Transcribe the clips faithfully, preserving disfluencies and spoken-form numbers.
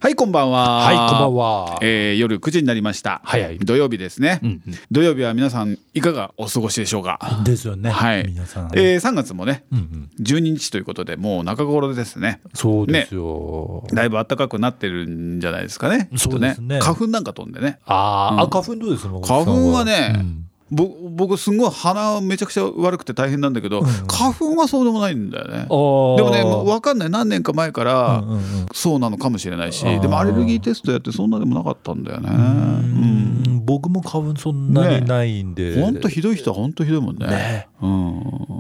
はい、こんばんは。 はい、こんばんは。 えー、夜くじになりました。 はいはい。 土曜日ですね、 うんうん、 土曜日は皆さんいかがお過ごしでしょうか。 ですよね。 はい。 皆さん、 えー、さんがつもね、 うんうん、 じゅうににちということでもう中頃ですね。 そうですよ。 ね、だいぶ暖かくなってるんじゃないですかね。 そうですね。 花粉なんか飛んでね。 あ、うん、あ、花粉どうですか。 花粉はね、 うん、 僕すごい鼻めちゃくちゃ悪くて大変なんだけど、うん、花粉はそうでもないんだよね。でもね、分かんない、何年か前からそうなのかもしれないし、でもアレルギーテストやってそんなでもなかったんだよね。うんうん、僕も花粉そんなにないんで、 ほんとひどい人はほんとひどいもんね。 ね、 うん、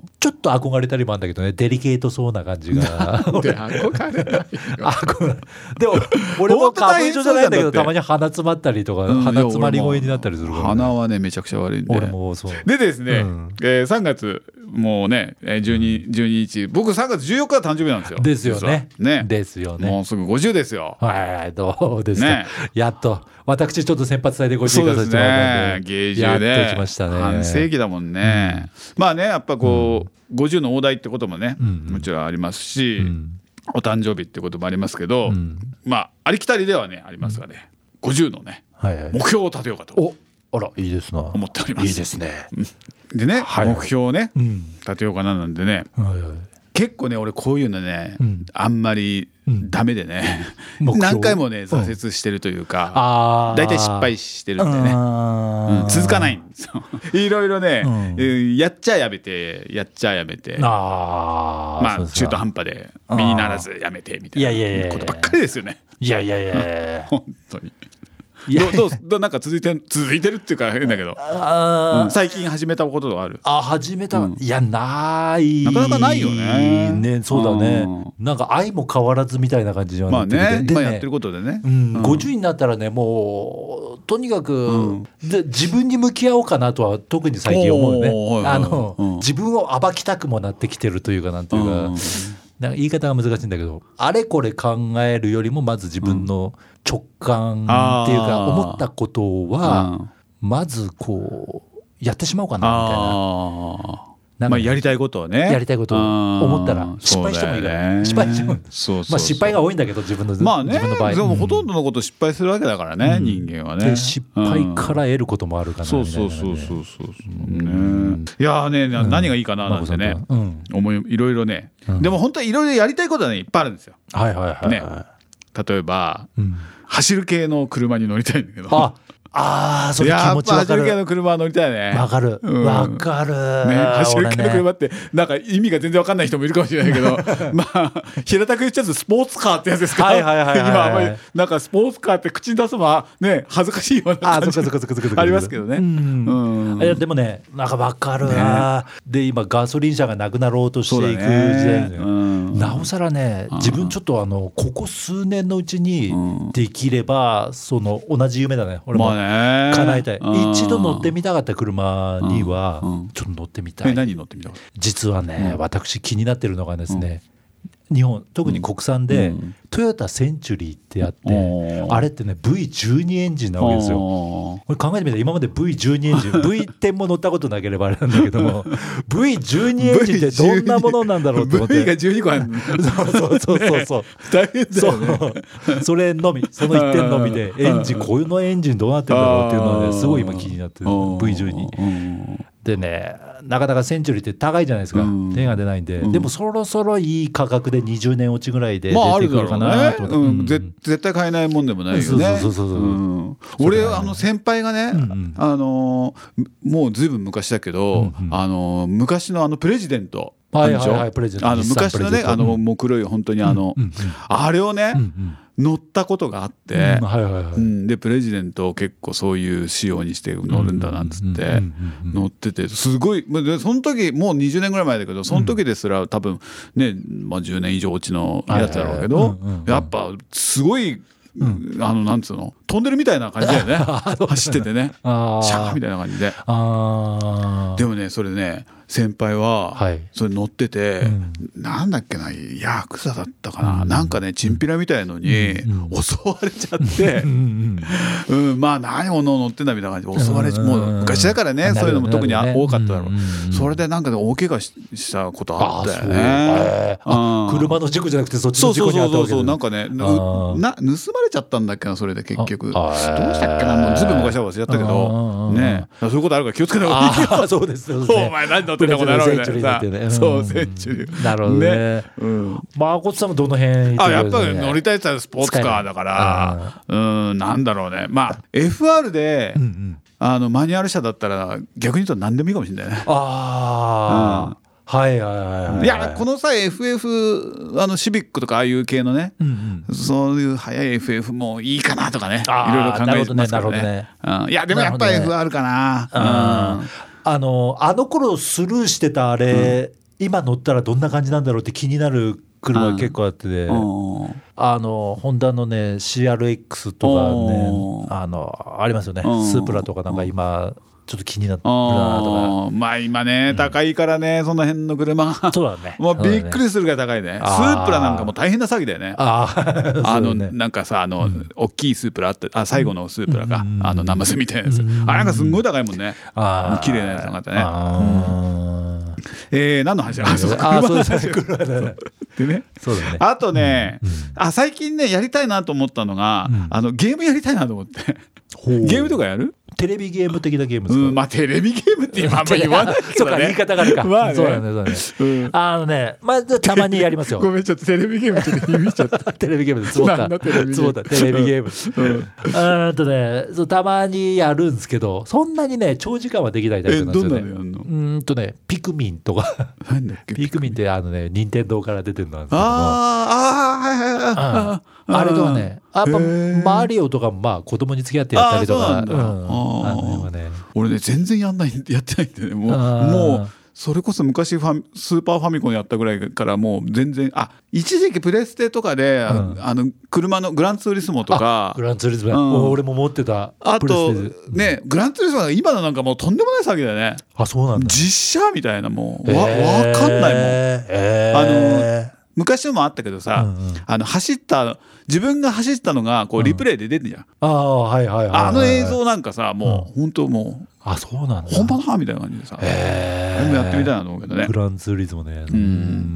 ちょっと憧れたりもあるんだけどね、デリケートそうな感じが。 で憧れないでも俺も花粉症じゃないんだけど、たまに鼻詰まったりとか、うん、鼻詰まり声になったりするから、ね、 鼻はねめちゃくちゃ悪いんで。 俺もそうでですね、うん、えー、さんがつもうねじゅうににち、僕さんがつじゅうよっかが誕生日なんですよ。 ですよね。 ねですよね。 もうすぐごじゅうですよ。 はい、どうですか、ね、やっと私ちょっと先発隊でごじゅう行かせてもらったんで、 芸術でやっと来ましたね。 半世紀だもんね、うん、まあねやっぱこう、うん、ごじゅうの大台ってこともね、うんうん、もちろんありますし、うん、お誕生日ってこともありますけど、うん、まあありきたりではねありますがね、うん、ごじゅうのね、はいはい、目標を立てようかとおあらいいですな思っております。 いいですね。 でね、 はい、 目標をね、うん、立てようかななんでね、はいはい、結構ね俺こういうのね、うん、あんまりダメでね、うん、何回もね挫折してるというか、だいたい失敗してるんでね、うん、続かないんですよ。いろいろね、うん、やっちゃやめてやっちゃやめて、あまあ中途半端で身にならずやめてみたいなことばっかりですよね。 いやいやいや本当に。どうどうなんか続いて続いてるっていうか変だけど、うん、最近始めたことがある。 あ始めた、うん、いやないなかなかないよね。 ねそうだね、うん、なんか愛も変わらずみたいな感じじゃなくて、 まあね、 でね今やってることでね、 うんうん、ごじゅうになったらねもうとにかく、うん、で自分に向き合おうかなとは特に最近思うね。あの、うん、自分を暴きたくもなってきてるというかなんていうか、うん、なんか言い方が難しいんだけど、あれこれ考えるよりもまず自分の直感っていうか思ったことはまずこうやってしまおうかなみたいな。 なんかまあ、やりたいことをねやりたいことを思ったら失敗してもいいから、ね、失敗してもそうそうそう、まあ、失敗が多いんだけど自分の、 まあね、 自分の場合でもほとんどのこと失敗するわけだからね、うん、人間はね。 で失敗から得ることもあるかなみたいな、ね、 そうそうそうそうそう、ね、いやね、うん、何がいいかななんてね、うん、思いいろいろね、うん、でも本当はいろいろやりたいことはねいっぱいあるんですよ。 はいはいはい、 ね、例えば、うん、走る系の車に乗りたいんだけど、 ああそれ気持ちわかる。 走る系の車乗りたいね。 わかるわ、うん、かる、 ね、走る系の車ってなんか意味が全然わかんない人もいるかもしれないけどまあ平たく言っちゃうとスポーツカーってやつですから、はいはいはいはい、今あんまりなんかスポーツカーって口に出すのはね恥ずかしいような感じありますけどね。うんうん、いやでもねなんかわかるな、ね、で今ガソリン車がなくなろうとしていく時代、ね、うん、なおさらね自分ちょっとあのここ数年のうちにできればその同じ夢だね俺も、まあ叶えたい。一度乗ってみたかった車にはちょっと乗ってみたい。 え何乗ってみたかった？ 実はね、うん、私気になってるのがですね、うん、日本特に国産で、うん、トヨタセンチュリーってあって、うん、あれってね ブイじゅうに エンジンなわけですよ。これ考えてみたら今まで ブイじゅうに エンジンブイテンも乗ったことなければあれなんだけどもブイじゅうに エンジンってどんなものなんだろうと思ってブイ がじゅうにこあるそうそうそうそう、ね、 大変だよね。 そ, それのみその一点のみでエンジンこういうのエンジンどうなってるんだろうっていうのはねすごい今気になってる ブイじゅうに でね、なかなかセンチュリーって高いじゃないですか、うん、手が出ないんで、うん、でもそろそろいい価格でにじゅうねん落ちぐらいで出てくるかなと思って、まああるだろうね、うん、 絶対買えないもんでもないよね。そうそうそうそう、うん、俺あの先輩がね、うんうん、あのもうずいぶん昔だけど、うんうん、あの昔のあのプレジデントはいはいはい、プレジデントあの昔のねあのもう黒い本当にあの、うんうんうん、あれをね、うんうん乗ったことがあって、うんはいはいはいうん、でプレジデントを結構そういう仕様にして乗るんだなんつって乗っててすごいその時もうにじゅうねんぐらい前だけどその時ですら多分ね、まあ、じゅうねん以上落ちのやつだろうけどやっぱすごい、うん、あのなんつうの飛んでるみたいな感じだよね走っててねシャーみたいな感じで。あでもねそれね先輩はそれ乗ってて、はいうん、なんだっけなヤクザだったかな、うん、なんかねチンピラみたいのに襲われちゃって、うんうん、まあ何を乗ってんだみたいな感じで襲われちゃもう昔だからね、うん、そういうのも特に多かっただろう、うん、それでなんかね大怪我したことあったよね。 ああ車の事故じゃなくてそっちの事故にあったわけです。そうそうそうそうなんかねな盗まれちゃったんだっけなそれで結局どうしたっけなもうずいぶん昔は忘れちゃったけどねそういうことあるから気をつけた方がいいよ。 あそうですそうです、ね、 お前何乗ってんだこの野郎みたいなさ、ねうん、そうセンチュリーなるほどね。ねうん、誠さんもどの辺、ね、 あやっぱり乗りたいって言ったらスポーツカーだからうんなんだろうねまあ エフアール で、うんうん、あのマニュアル車だったら逆に言うと何でもいいかもしれないね。ああ、うんはいはいはいはい、 いやこの際 エフエフ あのシビックとかああいう系のね、うんうん、そういう速い エフエフ もいいかなとかねいろいろ考えてますからね。ねうん、いやでもやっぱり エフアール かな。な、 うん、あのあの頃スルーしてたあれ、うん、今乗ったらどんな感じなんだろうって気になる車が結構あってで、うん、あのホンダのね シーアールエックス とかねあのありますよね、スープラとかなんか今ちょっと気になってるなとか。 まあ今ね、うん、高いからねその辺の車がそうだねもうびっくりするぐらい高いね。スープラなんかも大変な詐欺だよね。ああの、ね、なんかさあの、うん、大きいスープラあってあ最後のスープラか、うん、あのナマスみたいなやつ、うん、あれなんかすんごい高いもんね。あ綺麗なやつがあったね。あ、うん、えー、何の話なんですか。あそうですね車でね。そうだね。あとね、うん、あ最近ねやりたいなと思ったのが、うん、あのゲームやりたいなと思ってゲームとかやる？ テレビゲーム的なゲームですか？ うん、まあテレビゲームって今あんま言わないけどね。そうか言い方があるか。まあね、そうだねそうだね。うん、あのねまあたまにやりますよ。 ごめんちょっとテレビゲームちょっと響いちゃった。 テレビゲームでつぼったつぼったテレビゲーム。うん、あとねそうたまにやるんですけどそんなにね長時間はできないタイプなんですよね。えどんなのやんの？うんとねピクミンとかなんだっけピクミンってあのね任天堂から出てるのなんですけども。ああはいはいはい。あれとかねやっぱマリオとかもまあ子供に付き合ってやったりとか。 俺ね全然やんないやってないんでねもうもうそれこそ昔ファスーパーファミコンやったぐらいからもう全然あ一時期プレステとかで、うん、あの車のグランツーリスモとかグランツーリスモ、うん、俺も持ってたあとねグランツーリスモ今のなんかもうとんでもない詐欺だよね。 あそうなんだ。 実写みたいなもうわ分かんないもん、えー、あの昔もあったけどさ、うんうん、あの走った自分が走ったのがこうリプレイで出てるじゃん、うん、あ, はいはいはいはい、あの映像なんかさもう、うん、本当もうあそうなんだ本場だみたいな感じでさ、えー、やってみたいなと思うけどねグランツーリズムね。 うん、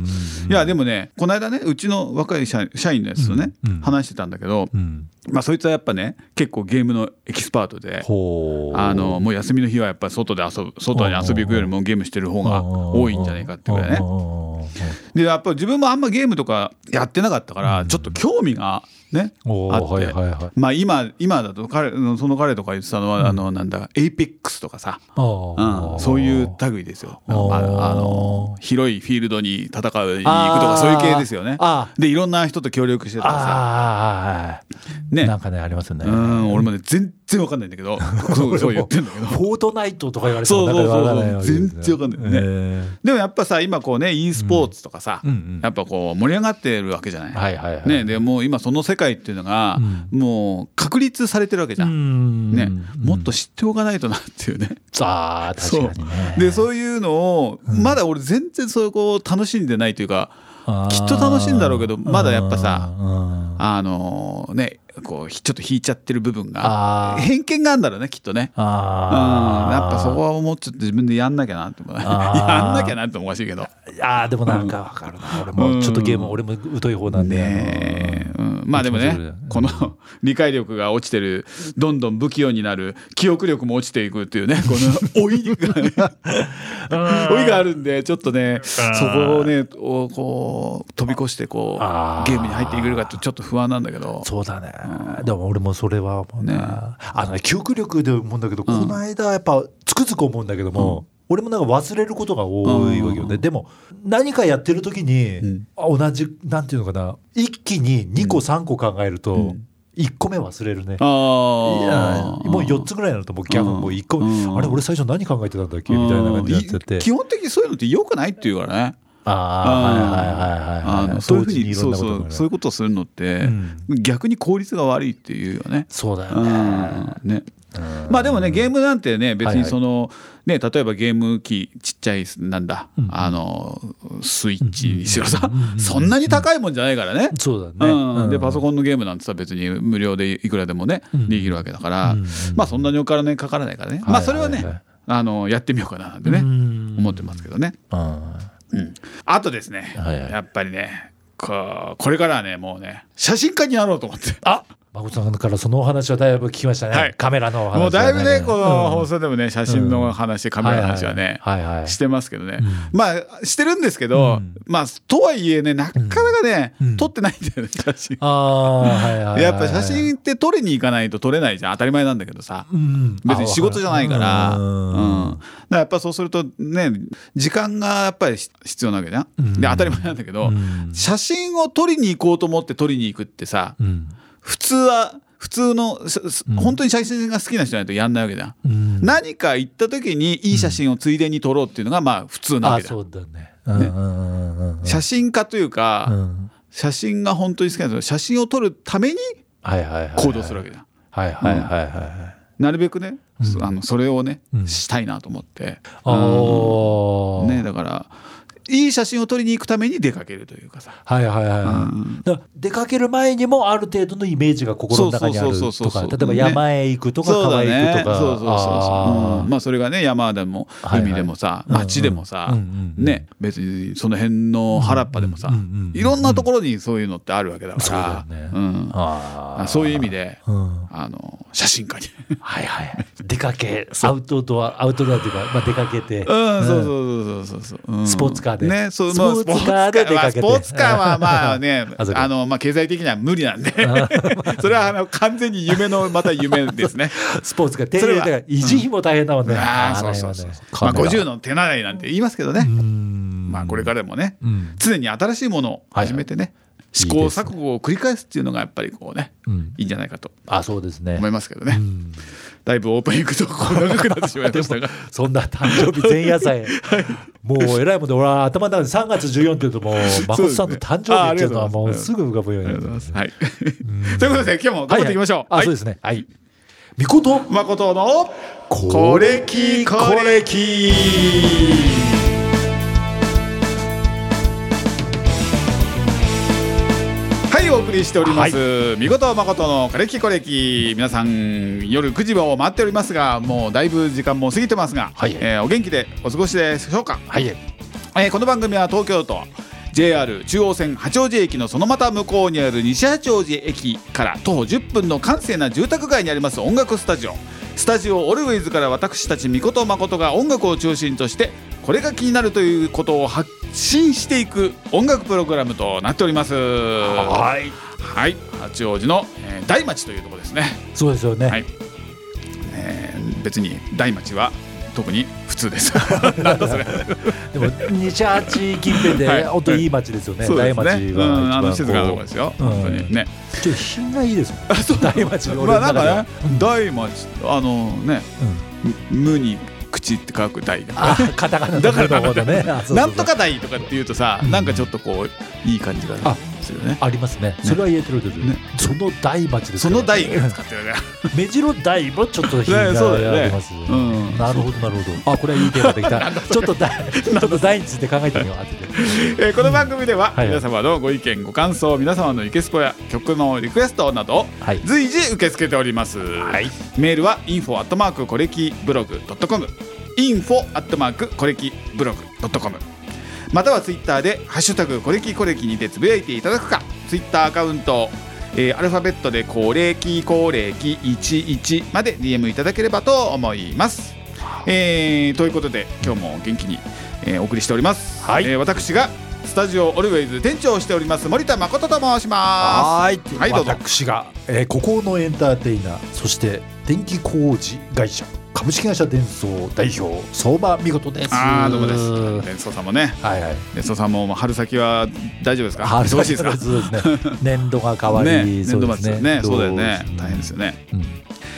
いやでもねこの間ねうちの若い社員のやつとね、うんうん、話してたんだけど、うんまあ、そいつはやっぱね結構ゲームのエキスパートであのもう休みの日はやっぱり外で遊ぶ外に遊び行くよりもゲームしてる方が多いんじゃないかっていうぐらいね。でやっぱり自分もあんまゲームとかやってなかったからちょっと興味がね、あって、はいはいはい、まあ 今, 今だと彼その彼とか言ってたのは、うん、あのなんだエイペックスとかさ、うん、そういう類ですよ。ああの広いフィールドに戦うに行くとかそういう系ですよね。でいろんな人と協力してたらさねなんかねありますよね。 うん俺もね全然わかんないんだけどそうそう言ってんだけどフォートナイトとか言われてそうそうそうそう全然わかんないね、えー、でもやっぱさ今こうね e スポーツとかさ、うんうんうん、やっぱこう盛り上がってるわけじゃない、はいはいはいね、でもう今その世界っていうのが、うん、もう確立されてるわけじゃん、うんね、もっと知っておかないとなっていうね、うん、 あ確かにねそうでそういうのを、うん、まだ俺全然そういうこう楽しんでないというかきっと楽しいんだろうけどまだやっぱさあのねこうちょっと引いちゃってる部分が偏見があるんだろうねきっとね。あ、うん、やっぱそこはもうちょっと自分でやんなきゃなってやんなきゃなっておかしいけどいやでもなんか分かるな、うん、俺もちょっとゲーム、うん、俺も疎い方なんで、 ねうん、まあでもねこの理解力が落ちてるどんどん不器用になる記憶力も落ちていくっていうねこの老いがね老いがあるんでちょっとねそこをねこう飛び越してこうゲームに入っていけるかってちょっと不安なんだけど。 そうだね、うん、でも俺もそれはもうね、あのね記憶力で思うんだけど、うん、この間やっぱつくづく思うんだけども、うん、俺もなんか忘れることが多いわけよね、うん、でも何かやってる時に、うん、同じなんていうのかな一気ににこさんこ考えると、うんいっこめ忘れるね。あいやもうよっつぐらいになるともうギャグもういっこめあれ俺最初何考えてたんだっけみたいな感じになっちゃって基本的にそういうのって良くないっていうからね。 ああそういうふうにそうそうそういうことをするのって、うん、逆に効率が悪いっていうよね。 そうだよね。 うん、ね。まあでもねゲームなんてね別にその、はいはい、ね例えばゲーム機ちっちゃいなんだ、うん、あのスイッチにしろさ、うん、そんなに高いもんじゃないからね。 そうだね。 うん、でパソコンのゲームなんてさ別に無料でいくらでもね、うん、できるわけだから、うん、まあそんなにお金かからないからね、うん、まあそれはね、はいはいはい、あのやってみようかななんてね、うん、思ってますけどね。あ、うん、あとですね、はいはい、やっぱりね こ, これからはねもうね写真家になろうと思って。 あ誠さんからそのお話はだいぶ聞きましたね、はい、カメラのお話は、ね、 もうだいぶねこの放送でもね、うん、写真の話、うん、カメラの話はね、はいはいはい、してますけどね、うん、まあしてるんですけど、うん、まあとはいえねなかなかね、うん、撮ってないんだよね写真。あ、はいはいはい、やっぱ写真って撮りに行かないと撮れないじゃん。当たり前なんだけどさ、うん、別に仕事じゃないから、うんうん、だからやっぱそうするとね時間がやっぱり必要なわけじゃん、うん、で当たり前なんだけど、うん、写真を撮りに行こうと思って撮りに行くってさ、うん、普通は普通の本当に写真が好きな人じゃないとやんないわけじゃん、うん、何か行った時にいい写真をついでに撮ろうっていうのがまあ普通なわけじゃん、うん、あ、そうだね、うんね、うん、写真家というか、うん、写真が本当に好きな人、写真を撮るために行動するわけじゃん。はいはいはいはい、うん、なるべくね、うん、あのそれをね、うん、したいなと思って、うんね、だからいい写真を撮りに行くために出かけるというかさ、はいはいはい、うん、だから出かける前にもある程度のイメージが心の中にあるとか、例えば山へ行くとか川へ行くとか、そうそうそうそう、うん、まあそれがね山でも海でもさ、はいはい、町でもさ、うんうん、ね別にその辺の原っぱでもさ、うんうん、いろんなところにそういうのってあるわけだから、そうだよね、うん、あそういう意味で、うん、あの写真家にはいはい出かけアウトドアアウトドアというか、まあ、出かけて、うん、そうそうそうそうそう、うん、スポーツカーね、そうスポーツカーで出かけて、まあ、スポーツカーはまあねあの、まあ、経済的には無理なんでそれはあの完全に夢のまた夢ですねスポーツカー手入れて維持費も大変だもんね、うん、あそうそうそう、まあ、ごじゅうの手習いなんて言いますけどね、うん、まあ、これからでもね、うん、常に新しいものを始めてね、はい、試行錯誤を繰り返すっていうのがやっぱりこうね、うん、いいんじゃないかと思いますけどね、うん、だいぶオープニングとこう長くなってしまいましたがそんな誕生日前夜祭、はい、もうえらいもんで俺は頭の中でさんがつじゅうよっかって言うともう誠さんの誕生日っていうのはもうすぐ浮かぶようになります、はい、ということで今日も頑張っていきましょう、はいはい、あ、そうですね、はい、みこと誠のこれきこれきお送りしております、はい、みこと誠のこれきこれき、皆さん夜くじを回っておりますがもうだいぶ時間も過ぎてますが、はい、えー、お元気でお過ごしでしょうか、はい、えー、この番組は東京都 ジェイアール 中央線八王子駅のそのまた向こうにある西八王子駅から徒歩じゅっぷんの閑静な住宅街にあります音楽スタジオスタジオオルウェイズから私たちみこと誠が音楽を中心としてこれが気になるということを発信していく音楽プログラムとなっております。はい、はい、八王子の、えー、大町というところですね。そうですよね、はい、えー、別に大町は特に普通ですなんだそれでも西八近辺で本当にいい町ですよね、はい、大町は一番、うん、あの静かなところですよ、うん、本当にね。ちょっと品がいいですもん大町の、まあ、なんかね、うん、大町あのね、うん、無に口って書く大がカタカナだからねなんとか大とかって言うとさ、うん、なんかちょっとこういい感じがするよね。 あ, ありますね、それは言えてるですね。その大町ですから、ね、その大が使ってるね目白大もちょっと品があります、ね、うん、なるほどなるほど、あ、これはいいテーマできたちょっと大ちょっと大について考えてみようえー、この番組では皆様のご意見ご感想、皆様のイケスポや曲のリクエストなど随時受け付けております、はい、メールは インフォ アットマーク コレキブログ ドットコム インフォ アットマーク コレキブログ ドットコム またはツイッターでハッシュタグコレキコレキにてつぶやいていただくか、ツイッターアカウント、えー、アルファベットでコレキコレキいちいちまで ディーエム いただければと思います、えー、ということで今日も元気に、えー、お送りしております、はい、えー、私がスタジオオルウェイズ店長をしております森田誠と申します。はい、はい、どうぞ。私が、えー、孤高のエンターテイナー、そして電気工事会社株式会社デンソー代表相場みことです。あー、どうもです。デンソーさんもね、はいはい、デンソーさんも春先は大丈夫ですか？春先忙しいですか？そうですね年度が変わり、ね、そうですね、年度末ね、そうだよね、大変ですよね、うん、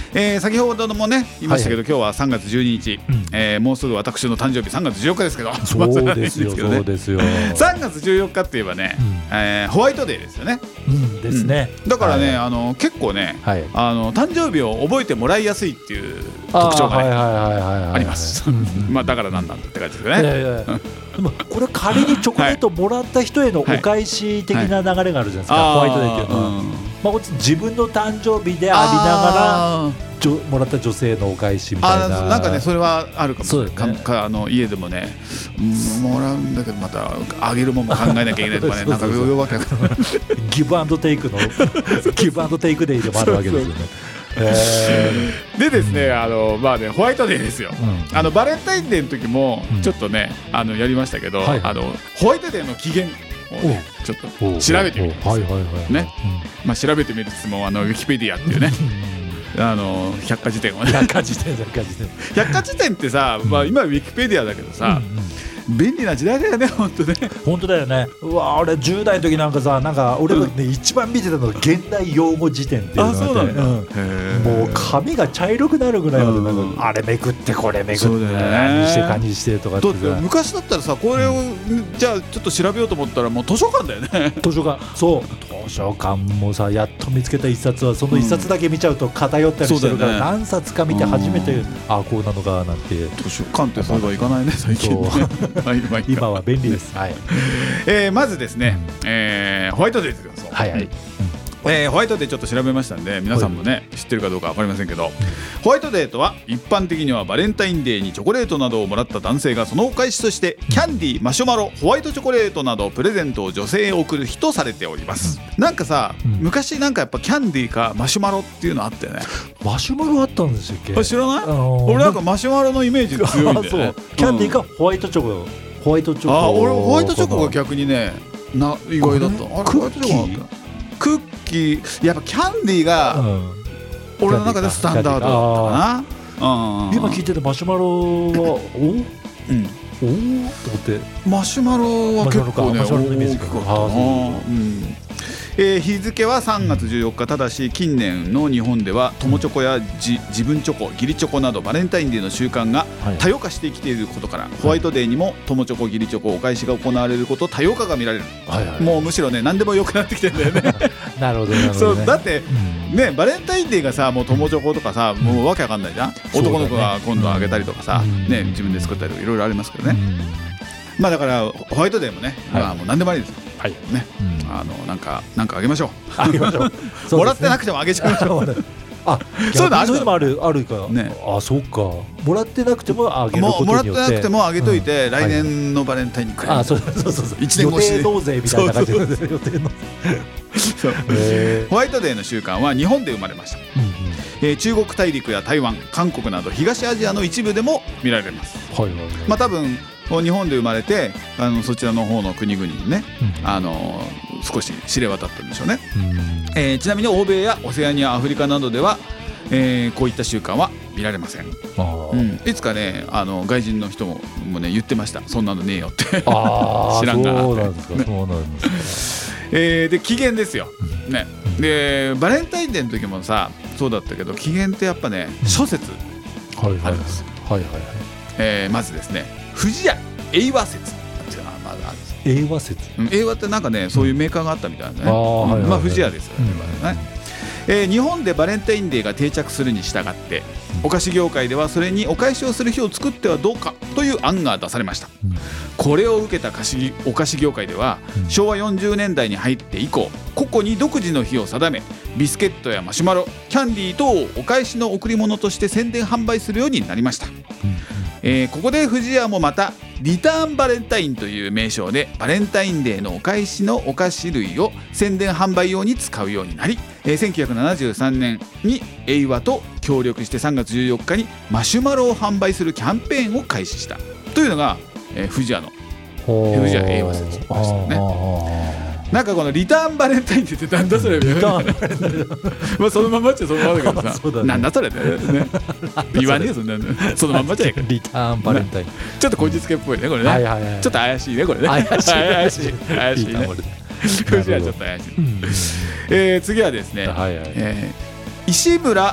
えー、先ほどもね言いましたけど、はいはい、今日はさんがつじゅうににち、うんえー、もうすぐ私の誕生日さんがつじゅうよっかですけどそうですよそうですよさんがつじゅうよっかって言えばね、うんえー、ホワイトデーですよね、 うんですね、 うん、だからね、はい、あの結構ね、はい、あの誕生日を覚えてもらいやすいっていう特徴が、ね、あります、まあ、だからなんなんだって感じですね。いやいやでもこれ仮にチョコレートもらった人へのお返し的な流れがあるじゃないですか、はいはい、ホワイトデーっていうのは、うんまあ、自分の誕生日でありながらもらった女性のお返しみたいなあなんかねそれはあるかもしれない、ね、かかあの家でもねもらうんだけどまたあげるもんも考えなきゃいけないとかねなんかよわけギブアンドテイクのギブアンドテイクデーでもあるわけですよね。 えー、でですねあのまあねホワイトデーですよ、うん、あのバレンタインデーの時もちょっとね、うん、あのやりましたけど、はい、あのホワイトデーの起源をねちょっと調べてみてねまあ調べてみるつもあのウィキペディアっていうねあの百科事典をね百科事典百科事典百科事典ってさ、まあ、今ウィキペディアだけどさ、うんうん便利な時代だよね本当ね本当だよね。うわ俺じゅう代の時なんかさなんか俺が、ねうん、一番見てたのが現代用語辞典っていうのがあってあそうなんだ、うん、もう紙が茶色くなるぐらいまでなんか、うん、あれめくってこれめくって、ね、何してかにしてとかってだって昔だったらさこれを、うん、じゃあちょっと調べようと思ったらもう図書館だよね図書館そう図書館もさやっと見つけた一冊はその一冊だけ見ちゃうと偏ったりしてるから、うんね、何冊か見て初めて、うん、あこうなのかなんて図書館ってそういえば行かないね最近ね今は便利です、はいえー、まずですね、うんえー、ホワイトデーですよ、 はいはいうんえー、ホワイトデーちょっと調べましたんで皆さんもね知ってるかどうか分かりませんけど、うん、ホワイトデーとは一般的にはバレンタインデーにチョコレートなどをもらった男性がそのお返しとしてキャンディー、マシュマロ、ホワイトチョコレートなどプレゼントを女性へ送る日とされております、うん、なんかさ、うん、昔なんかやっぱキャンディーかマシュマロっていうのあってねマシュマロあったんですよっけ知らない、あのー、俺なんかマシュマロのイメージ強いんだよねキャンディーかホワイトチョコホワイトチョコあ俺ホワイトチョコが逆にねな意外だったあれクッキークッキーやっぱキャンディーが、うん、俺の中でスタンダードだったかな、 うん、今聞いてたマシュマロはお、うん、おと思ってマシュマロは結構ね大きかったえー、日付はさんがつじゅうよっかただし近年の日本では友チョコやじ自分チョコ義理チョコなどバレンタインデーの習慣が多様化してきていることから、はい、ホワイトデーにも友チョコ義理チョコお返しが行われること多様化が見られる、はいはい、もうむしろね何でも良くなってきてるんだよねなるほどなるほど、ね、 そうだって、うん、ねバレンタインデーがさもう友チョコとかさ、うん、もうわけわかんないじゃん、うん、男の子が今度あげたりとかさ、うんね、自分で作ったりとかいろいろありますけどね、うん、まあだからホワイトデーもね、はいまあ、もう何でもありですよはいねうん、あのなんかなんかあげましょう。 あげましょう。 ね、もらってなくてもあげちゃいましょう。 あ、そういうのあるのあるあるか。ね、あ、そうか。もらってなくてもあげることによって。 もらってなくてもあげといて、うん、来年のバレンタインにくれる。 あ、そうそうそうそう。 一年越し予定納税みたいな感じで予定納税。ホワイトデーの習慣は日本で生まれました。うんうんえー、中国大陸や台湾、韓国など東アジアの一部でも見られます。はいはいはい。まあ多分。日本で生まれてあのそちらの方の国々にね、うん、あの少し知れ渡ったんでしょうね、うんえー、ちなみに欧米やオセアニアアフリカなどでは、えー、こういった習慣は見られません、うん、いつかねあの外人の人もね言ってましたそんなのねえよってあ知らんがそうなんですか、ね、そうなんですかえー、で期限ですよ、ねうん、でバレンタインデーの時もさそうだったけど期限ってやっぱね諸説あります、はいはいはいはいえー、まずですね富士屋英和説っていうのがまだあるんです。 英和説、 うん、英和ってなんかねそういうメーカーがあったみたいなね、うんあうんはいはい、まあ富士屋ですよね、うんねえー、日本でバレンタインデーが定着するに従ってお菓子業界ではそれにお返しをする日を作ってはどうかという案が出されました、うん、これを受けた菓子お菓子業界では、うん、しょうわよんじゅうねんだいに入って以降個々に独自の日を定めビスケットやマシュマロキャンディー等をお返しの贈り物として宣伝販売するようになりました、うんえー、ここで富士屋もまたリターンバレンタインという名称でバレンタインデーのお返しのお菓子類を宣伝販売用に使うようになり、えー、せんきゅうひゃくななじゅうさんねんに英和と協力してさんがつじゅうよっかにマシュマロを販売するキャンペーンを開始したというのが、えー、富士屋の富士屋英和説でしたね。なんかこのリターンバレンタインって言ってなんだそれリターンバレンタインまあそのまんまっちゃそのままだけどさ、ね、なんだそれってね言わねえよそんなのそのまんまっちゃいかリターンバレンタイン、まあ、ちょっとこじつけっぽいねこれね、はいはいはい、ちょっと怪しいねこれね怪しい怪しい怪しいね富士はちょっと怪しい、うんえー、次はですね、はいはいえー、石村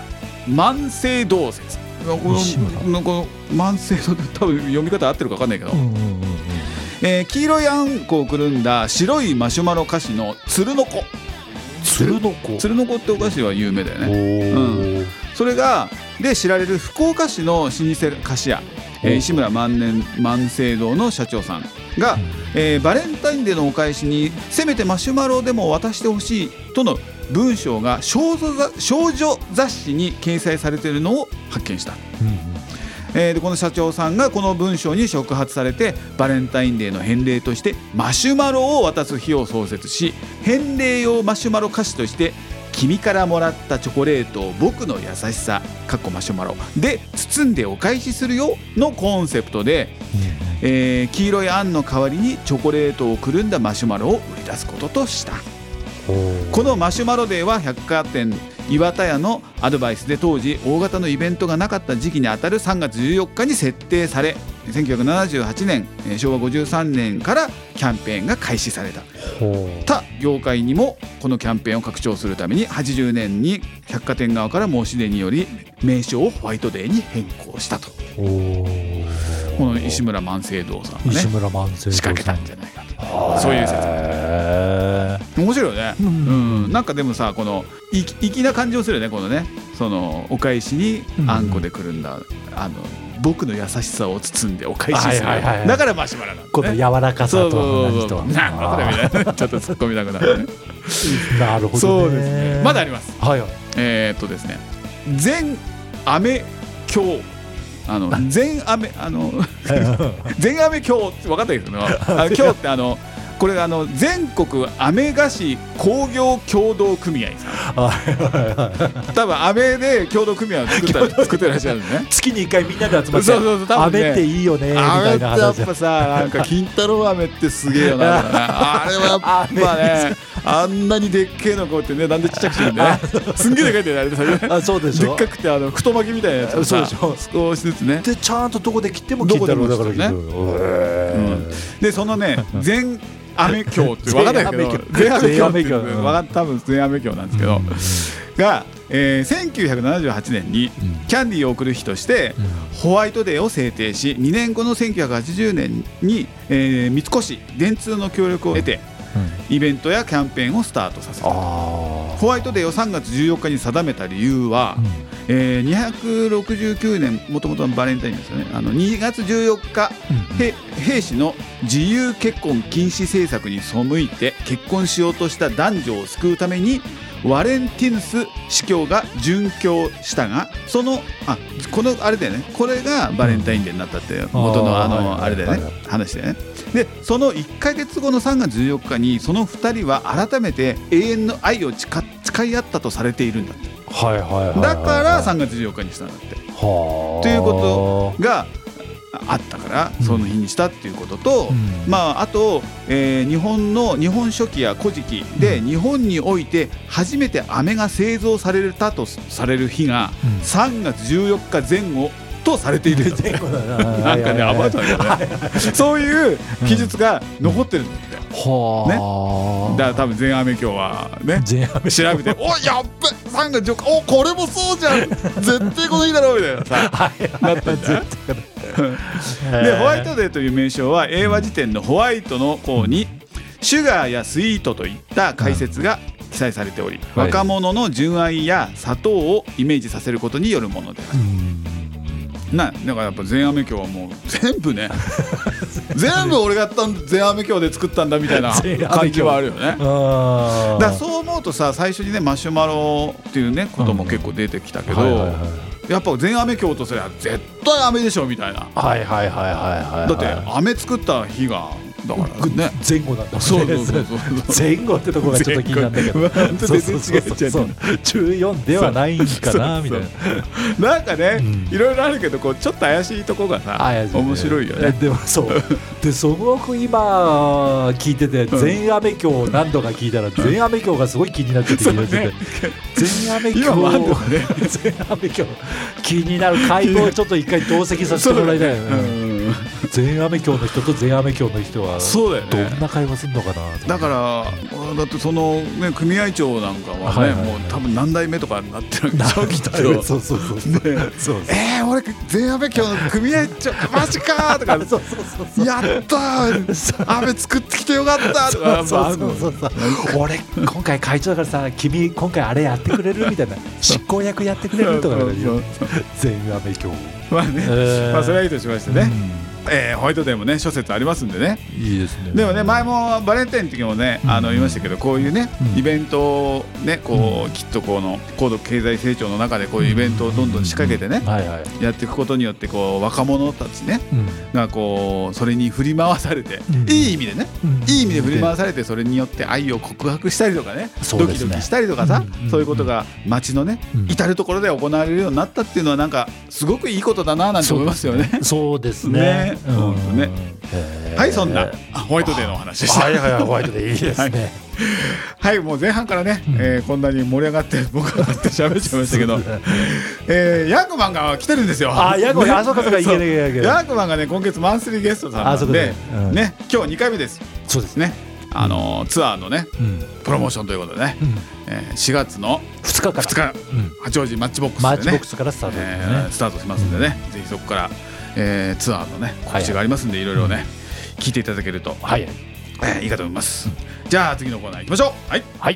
万世堂説。 西村この万世堂って多分読み方合ってるか分かんないけど、うんうんうんうん、えー、黄色いあんこをくるんだ白いマシュマロ菓子の鶴の子。 鶴の子鶴の子ってお菓子は有名だよね。うん、それがで知られる福岡市の老舗菓子屋、えー、石村万年万世堂の社長さんが、うん、えー、バレンタインデーのお返しにせめてマシュマロでも渡してほしいとの文章が少女少女雑誌に掲載されているのを発見した。うんうん、えー、でこの社長さんがこの文章に触発されてバレンタインデーの返礼としてマシュマロを渡す日を創設し、返礼用マシュマロ菓子として君からもらったチョコレートを僕の優しさかっこマシュマロで包んでお返しするよのコンセプトで、うん、えー、黄色いあんの代わりにチョコレートをくるんだマシュマロを売り出すこととした。このマシュマロデーは百貨店岩田屋のアドバイスで当時大型のイベントがなかった時期にあたるさんがつじゅうよっかに設定され、せんきゅうひゃくななじゅうはちねんしょうわごじゅうさんねんからキャンペーンが開始された。他業界にもこのキャンペーンを拡張するためにはちじゅうねんに百貨店側から申し出により名称をホワイトデーに変更したと。この石村万世堂さんがね石村万世堂仕掛けたんじゃないかと、そういう説。面白いよね、うんうん、なんかでもさこの粋な感じをするよね。このねそのお返しにあんこでくるんだ、うん、あの僕の優しさを包んでお返しする、はいはいはいはい、だからマシュマロなんだね。 この柔らかさと同じとなんかこれみたいなちょっと突っ込みたくなるねなるほどね。 そうですね。まだあります、 はいはい、 えー、っとですね全アメ教あの全アメあの全アメ教って分かったけど教ってあのこれあの全国アメ菓子工業協同組合さん多分アメで協同組合を作った作ってらっしゃるんですね。 月にいっかいみんなで集まってそうそうそう、多分ね、 アメっていいよねみたいな話。 アメってやっぱさなんか金太郎飴ってすげえよなあれはやっぱねあんなにでっけえのこうやってねなんでちっちゃくしてるんだねすんげえでかいんだよねあれで。 あそうでしょ。 でっかくてあの太巻きみたいなやつをさ少しずつねでちゃんとどこで切っても金太郎だからね、 うん、でそのね全アメ教って分かんないけど全アメ教って多分全アメ教なんですけど、うん、が、えー、せんきゅうひゃくななじゅうはちねんにキャンディーを贈る日としてホワイトデーを制定し、にねんごのせんきゅうひゃくはちじゅうねんに、えー、三越電通の協力を得てイベントやキャンペーンをスタートさせた。ホワイトデーをさんがつじゅうよっかに定めた理由は、うんえー、にひゃくろくじゅうきゅうねんもともとのバレンタインですよね。あのにがつじゅうよっか、うん、兵士の自由結婚禁止政策に背いて結婚しようとした男女を救うためにワレンティヌス司教が殉教したが、そのあこのあれだよね、これがバレンタインデーになったって元のあのあれだよね、話だよね。でそのいっかげつごのさんがつじゅうよっかにそのふたりは改めて永遠の愛を誓い合ったとされているんだって。 はいはいはいはい、 だからさんがつじゅうよっかにしたんだって。はということがあったからその日にしたっていうことと、うんまあ、あと、えー、日本の日本書紀や古事記で、うん、日本において初めて飴が製造されたとされる日が、うん、さんがつじゅうよっかぜん後とされている前後だななんかねアバウトだよねそういう記述が残ってるんだって、うんね、だから多分全アメ教はね調べておやっべさんがつじゅうよっかおこれもそうじゃん絶対この日だろうみたいなさなったんじゃんでホワイトデーという名称は英和辞典のホワイトの項にシュガーやスイートといった解説が記載されており、うん、若者の純愛や砂糖をイメージさせることによるものである、うんなだからやっぱ全アメ教はもう全部ね全部俺がやったん全アメ教で作ったんだみたいな感じはあるよね。だからそう思うとさ最初にねマシュマロっていうねことも結構出てきたけど、うんはいはいはい、やっぱ全アメ教とすれば絶対アメでしょみたいな。 はいはいはいはいはい、 だってアメ作った日がだからね前後なんだもんね。 そうそうそうそう前後ってところがちょっと気になったけどそうそうそうそうじゅうよんではないんかなみたいななんかね、うん、いろいろあるけどこうちょっと怪しいとこがさ面白いよね。 でもそうですごく今聞いてて全アメ教を何度か聞いたら全アメ教がすごい気になってて聞いてて全アメ教全アメ教気になる回答をちょっと一回同席させてもらいたいよね。 全アメ教の人と全アメ教の人はそうだよね、 どんな会話するのかなと。 だからだってその、ね、組合長なんかはね、はいはいはい、もう多分何代目とかになってるんでしょきっと。 そうそうそうそう、ね、そうえー、俺全安倍教の組合長マジかとかそうそうそうそう、やったー安倍作ってきてよかったとか、 そうそうそうそう俺今回会長だからさ君今回あれやってくれるみたいな執行役やってくれるとか全安倍教まあね、えー、まあそれはいいとしましてね、うん、えー、ホワイトデーもね諸説ありますんでね。 いいですね。 でもね前もバレンタインの時もね、うん、あの言いましたけど、こういうね、うん、イベントをねこう、うん、きっとこの高度経済成長の中でこういうイベントをどんどん仕掛けてね、うんはいはい、やっていくことによってこう若者たちね、うん、がこうそれに振り回されて、うん、いい意味でね、うん、いい意味で振り回されてそれによって愛を告白したりとかね、うん、ドキドキしたりとかさ、うん、そういうことが街のね、うん、至る所で行われるようになったっていうのはなんかすごくいいことだななんて思いますよね。 そうですね。 ね、うんね、はい、そんなホワイトデーのお話でした。 はいはいはい、ホワイトデーいいですね。 はい、はい、もう前半からね、うんえー、こんなに盛り上がって僕がって喋っちゃいましたけど、えー、ヤングマンが来てるんですよ。 あ、ヤングマン、ね、あ、そうかそうか、いけないいけない。 ヤングマンがね今月マンスリーゲストさんなんで、うん、ね、今日はにかいめです。 そうですね。 あのー、ツアーのね、うん、プロモーションということでね、うんえー、しがつのふつかからふつか、 うん、八王子マッチボックスでね、 マッチボックスからスタートですね、 えー、スタートしますんでね、うん、ぜひそこから、えー、ツアーのね告知がありますんで、はいはい、いろいろね、うん、聞いていただけると、はいえー、いいかと思います、うん、じゃあ次のコーナー行きましょう。はい、はい、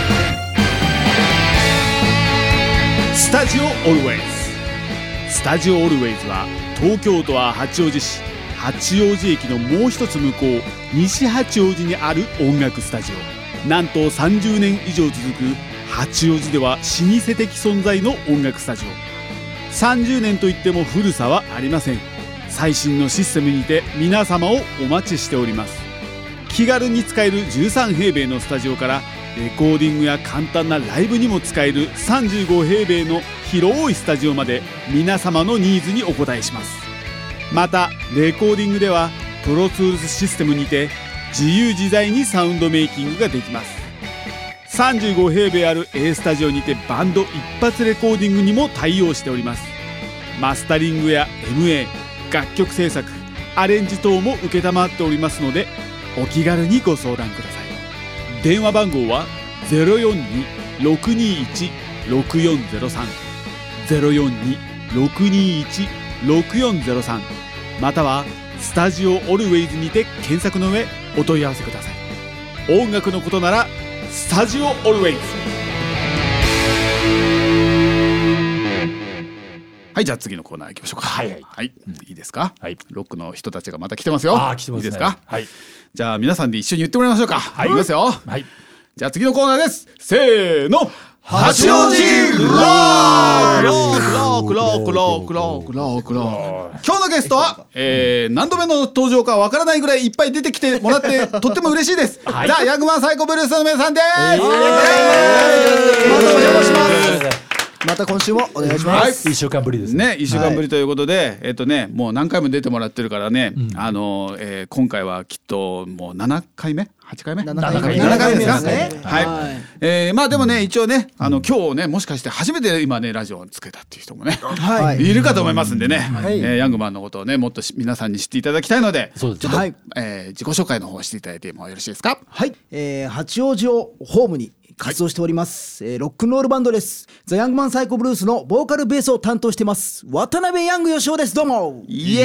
スタジオオルウェイズ。スタジオオルウェイズは東京都は八王子市八王子駅のもう一つ向こう西八王子にある音楽スタジオ。なんとさんじゅうねん以上続く八王子では老舗的存在の音楽スタジオ。さんじゅうねんといっても古さはありません。最新のシステムにて皆様をお待ちしております。気軽に使えるじゅうさんへいべいのスタジオからレコーディングや簡単なライブにも使えるさんじゅうごへいべいの広いスタジオまで皆様のニーズにお応えします。またレコーディングではプロツールスシステムにて自由自在にサウンドメイキングができます。さんじゅうごへいべいある A スタジオにてバンド一発レコーディングにも対応しております。マスタリングや エムエー、 楽曲制作、アレンジ等も承っておりますのでお気軽にご相談ください。電話番号は ゼロよんに ろくにいち ろくよんゼロさん ゼロよんに ろくにいち ろくよんゼロさん またはスタジオオルウェイズにて検索の上お問い合わせください。音楽のことならスタジオオルウェイズ。はい、じゃあ次のコーナー行きましょうか。はいはい、はい、いいですか、はい、ロックの人たちがまた来てますよ。 あ、来てますね。 いいですか、 はい、 じゃあ皆さんで一緒に言ってもらいましょうか。はい、いきますよ。 はい、 じゃあ次のコーナーです。せーの、八王子ロックロックロックロックロックロックロック。今日のゲストは、えー、何度目の登場かわからないぐらいいっぱい出てきてもらってとっても嬉しいです。はい、ザ・ヤングマンサイコブルースの皆さんです。またお邪魔します。 また今週もお願いします。 いっしゅうかんぶりですね。 ね、いっしゅうかんぶりということで、はい、えっとね、もう何回も出てもらってるからね、うん、あの、えー、今回はきっともうななかいめはちかいめななかいめですかね。はい、はい、えー、まあでもね一応ね、あの今日ねもしかして初めて今ねラジオをつけたっていう人もね、はい、いるかと思いますんでね、はい、えー、ヤングマンのことをねもっと皆さんに知っていただきたいので、ちょっと、はい、えー、自己紹介の方をしていただいてもよろしいですか。 はい、えー、八王子をホームに活動しております、はい、えー、ロックンロールバンドです。ザ・ヤングマンサイコブルースのボーカルベースを担当してます渡辺ヤングよしおです。どうもイ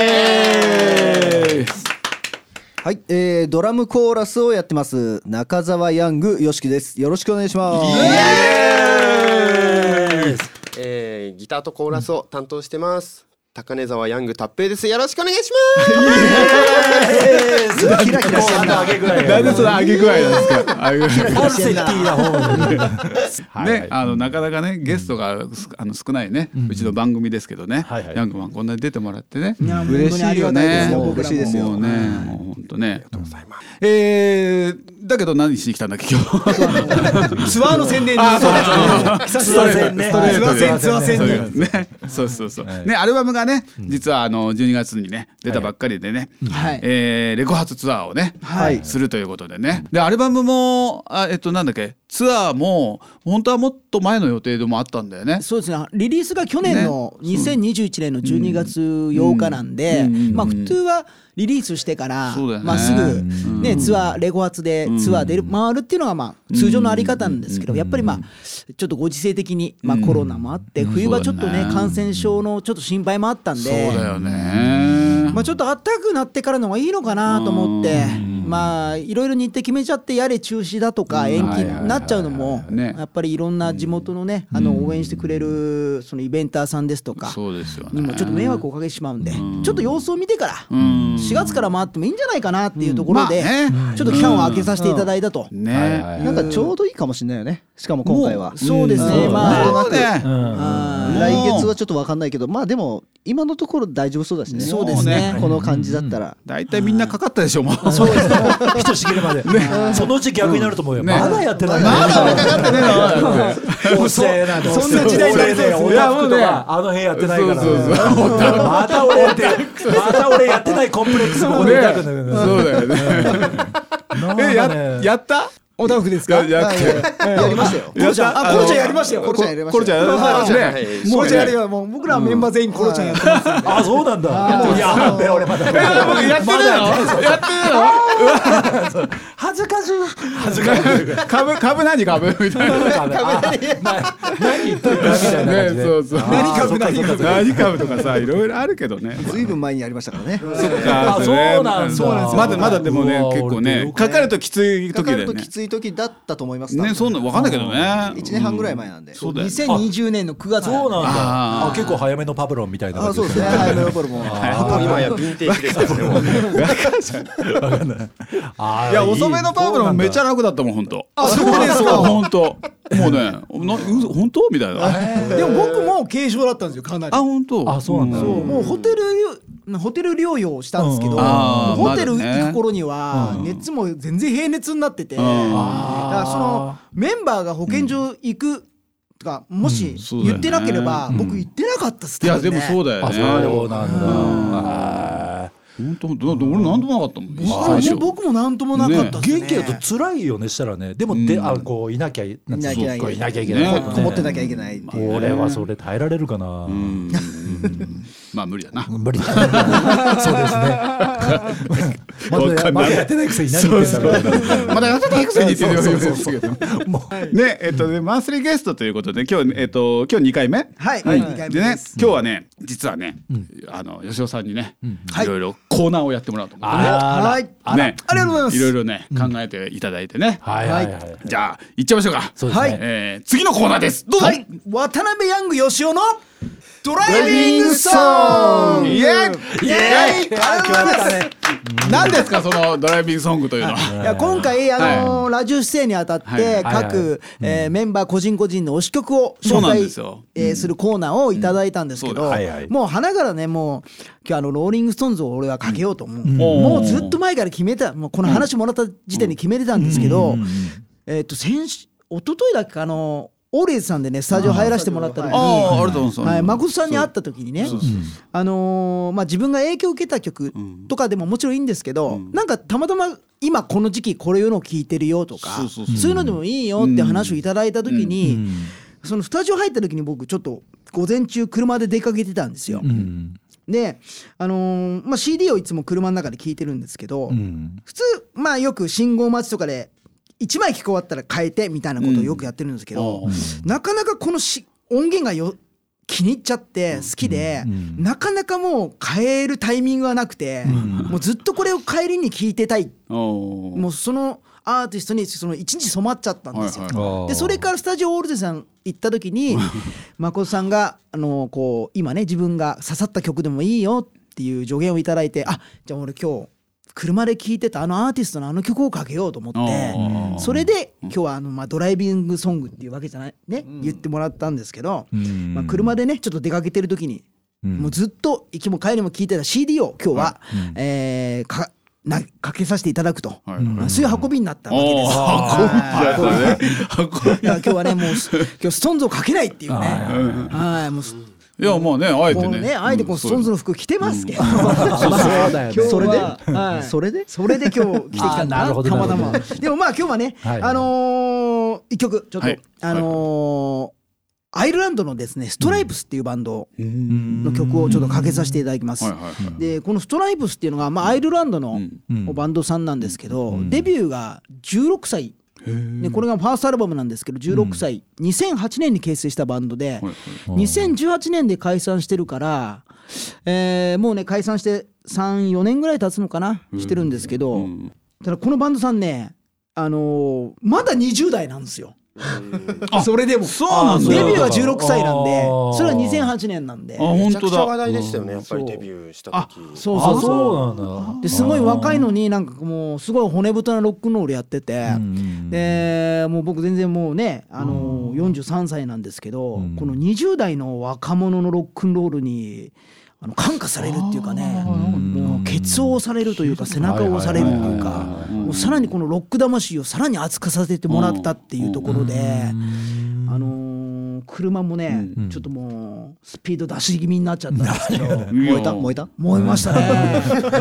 エーイ。 はい、えー、ドラムコーラスをやってます中澤ヤングよしきです。よろしくお願いします。イエーイ。えー、ギターとコーラスを担当してます高根沢ヤングタッペイです。よろしくお願いします。キラキラしてんな。 なんでその上げ具合なんですか。フォルセティな方ね、あのなかなかねゲストがあの少ないね、うちの番組ですけどね、ヤングマンこんなに出てもらってね、嬉しいよね。 嬉しいですよ。 もうね、もう本当ね。ありがとうございます。えー、だけど何しに来たんだっけ今日。 ツアーの宣伝に。 あ、そうです。ストレートね。 ツアー宣ツアー宣伝ね。そうそうそう。ね、アルバムがね、実はあのじゅうにがつにね出たばっかりでね、はいえー、レコ発ツアーをね、はい、するということでね。でアルバムもあえっとなんだっけツアーも本当はもっと前の予定でもあったんだよね。 そうですね。リリースが去年のにせんにじゅういちねんのじゅうにがつようかなんで、まあ普通はリリースしてから、まあすぐねツアーレゴ発でツアー出る回るっていうのがまあ通常のあり方なんですけど、やっぱりまあちょっとご時世的にまあコロナもあって冬はちょっとね感染症のちょっと心配もあったんで、 そうだよね。 まあちょっと暖かくなってからの方がいいのかなと思って、まあいろいろ日程決めちゃってやれ中止だとか延期になっちゃうのもやっぱりいろんな地元のねあの応援してくれるそのイベンターさんですとかにもちょっと迷惑をおかけしまうんで、ちょっと様子を見てからしがつから回ってもいいんじゃないかなっていうところでちょっと期間を空けさせていただいたと。 なんかちょうどいいかもしれないよね。しかも今回はそうですね。まあ来月はちょっと分かんないけど、まあでも今のところ大丈夫そうだしね。 そうですね。 この感じだったら大体みんなかかったでしょもう。 そうですね。ひとしきりまで。そのうち逆になると思うよ。まだやってない。 まだかかってねえの。 うっせえな。 そんな時代になりそうですね。 俺は服とかあの辺やってないから。また俺やってまた俺やってないコンプレックスここで抱くんだけど。 そうだよね。えややった？ おたふくですか？ やりましたよ。 コロちゃん、あコロちゃんやりましたよ。 コロちゃんやりました。 コロちゃんやりましたね。 コロちゃんやりよ。もう僕らメンバー全員コロちゃんやってます。 あそうなんだ。いやべ俺まだ。 やってないの？やってないの？ 恥ずかしい。恥ずかしい。 株株何株みたいな。 何言ってるかみたいな感じで。 そうそう。 何株何株何株とかさいろいろあるけどね。 ずいぶん前にやりましたからね。 あそうなんだ。 まだまだでもね結構ねかかるときつい時だよね。 きつい時だったと思いますね。そんな分かんないけどね。 いちねんはんぐらい前なんで。 そうだよ。 にせんにじゅうねんのくがつ。 そうなんだ。あ結構早めのパブロンみたいな。 あそうですね。早めのパブロンも。 今やヴィンテージですよね。 いや遅めのパブロンめっちゃ楽だったもん本当。 あそうですか。 本当。もうね本当みたいな。 でも僕も軽症だったんですよかなり。 あ本当。 あそうなんだ。 もうホテルホテル療養したんですけど、ホテル行く頃には熱も全然平熱になってて、だからそのメンバーが保健所行くとかもし言ってなければ僕行ってなかったっす。 いやでもそうだよね。 そうなんだ。 本当俺なんともなかったもん。 僕もなんともなかったっすね。 元気だと辛いよねしたらね。でもであこういなきゃいなきゃいけない。 こもってなきゃいけない。 俺はそれ耐えられるかな。 まあ無理だな。 無理だ。そうですね。まだやってないくせに何言ってんだろう。 まだやってないくせにって言ってますけど。ねえっとマンスリーゲストということで今日えっと今日にかいめ。 はい。 でね今日はね実はねあの吉尾さんにねいろいろコーナーをやってもらおうと思ってね。 はい。 ねありがとうございます。 いろいろね考えていただいてね。 はいはいはい。 じゃあ行っちゃいましょうか。 はい。 え次のコーナーです。どうぞ。 はい。渡辺ヤング吉尾のドライビングソング。イエーイ。イエーイ。 何ですかそのドライビングソングというのは。 いや今回あのラジオ出演にあたって各メンバー個人個人の推し曲を紹介するコーナーをいただいたんですけど、もう花からねもう今日あのローリングストーンズを俺はかけようと思う。もうずっと前から決めた。もうこの話もらった時点で決めてたんですけど、えっと先週一昨日だっけあの。オーレイズさんでねスタジオ入らせてもらった時にはい誠さんに会った時にねあのまあ自分が影響を受けた曲とかでももちろんいいんですけどなんかたまたま今この時期これいうのを聴いてるよとかそういうのでもいいよって話をいただいた時にそのスタジオ入った時に僕ちょっと午前中車で出かけてたんですよ。であのーまあ シーディー をいつも車の中で聴いてるんですけど普通まあよく信号待ちとかでいちまい聞き終わったら変えてみたいなことをよくやってるんですけど、うん、なかなかこのし音源がよ気に入っちゃって好きで、うん、なかなかもう変えるタイミングがなくて、うん、もうずっとこれを帰りに聞いてたい、うん、もうそのアーティストにその一日染まっちゃったんですよ、はいはい、でそれからスタジオオールデさん行った時に誠さんがあのこう今ね自分が刺さった曲でもいいよっていう助言をいただいてあじゃあ俺今日車で聴いてたあのアーティストのあの曲をかけようと思ってそれで今日はあのまあドライビングソングっていうわけじゃないね言ってもらったんですけどまあ車でねちょっと出かけてる時にもうずっと行きも帰りも聴いてた シーディー を今日はえかなかけさせていただくとそういう運びになったわけです。運びだったね。今日はねもう今日ストーンズをかけないっていうねはいもういやまあねあえてねねあえてこうストーンズの服着てますけど、そうだよね。それで、それでそれで今日着てきたんだなたまたま。でもまあ今日はねあの一曲ちょっとあのアイルランドのですねストライプスっていうバンドの曲をちょっとかけさせていただきます。でこのストライプスっていうのがまあアイルランドのバンドさんなんですけど、デビューがじゅうろくさいでこれがファーストアルバムなんですけどじゅうろくさい、にせんはちねんに結成したバンドでにせんじゅうはちねんで解散してるから、えー、もうね解散してさんよねんぐらい経つのかなしてるんですけど、ただこのバンドさんねあのー、まだにじゅう代なんですよ。それでもそうなんだ。 デビューはじゅうろくさいなんでそれはにせんはちねんなんでめちゃくちゃ話題でしたよねやっぱりデビューした時。 そうそうそうですごい若いのになんかもうすごい骨太なロックンロールやってて、でもう僕全然もうねあのよんじゅうさんさいなんですけど、このにじゅう代の若者のロックンロールにあの感化されるっていうかね、もうケツを押されるというか背中を押されるというか、もうさらにこのロック魂をさらに熱くさせてもらったっていうところで、あの車もねちょっともうスピード出し気味になっちゃったんですけど、 燃えた燃えた燃えましたね。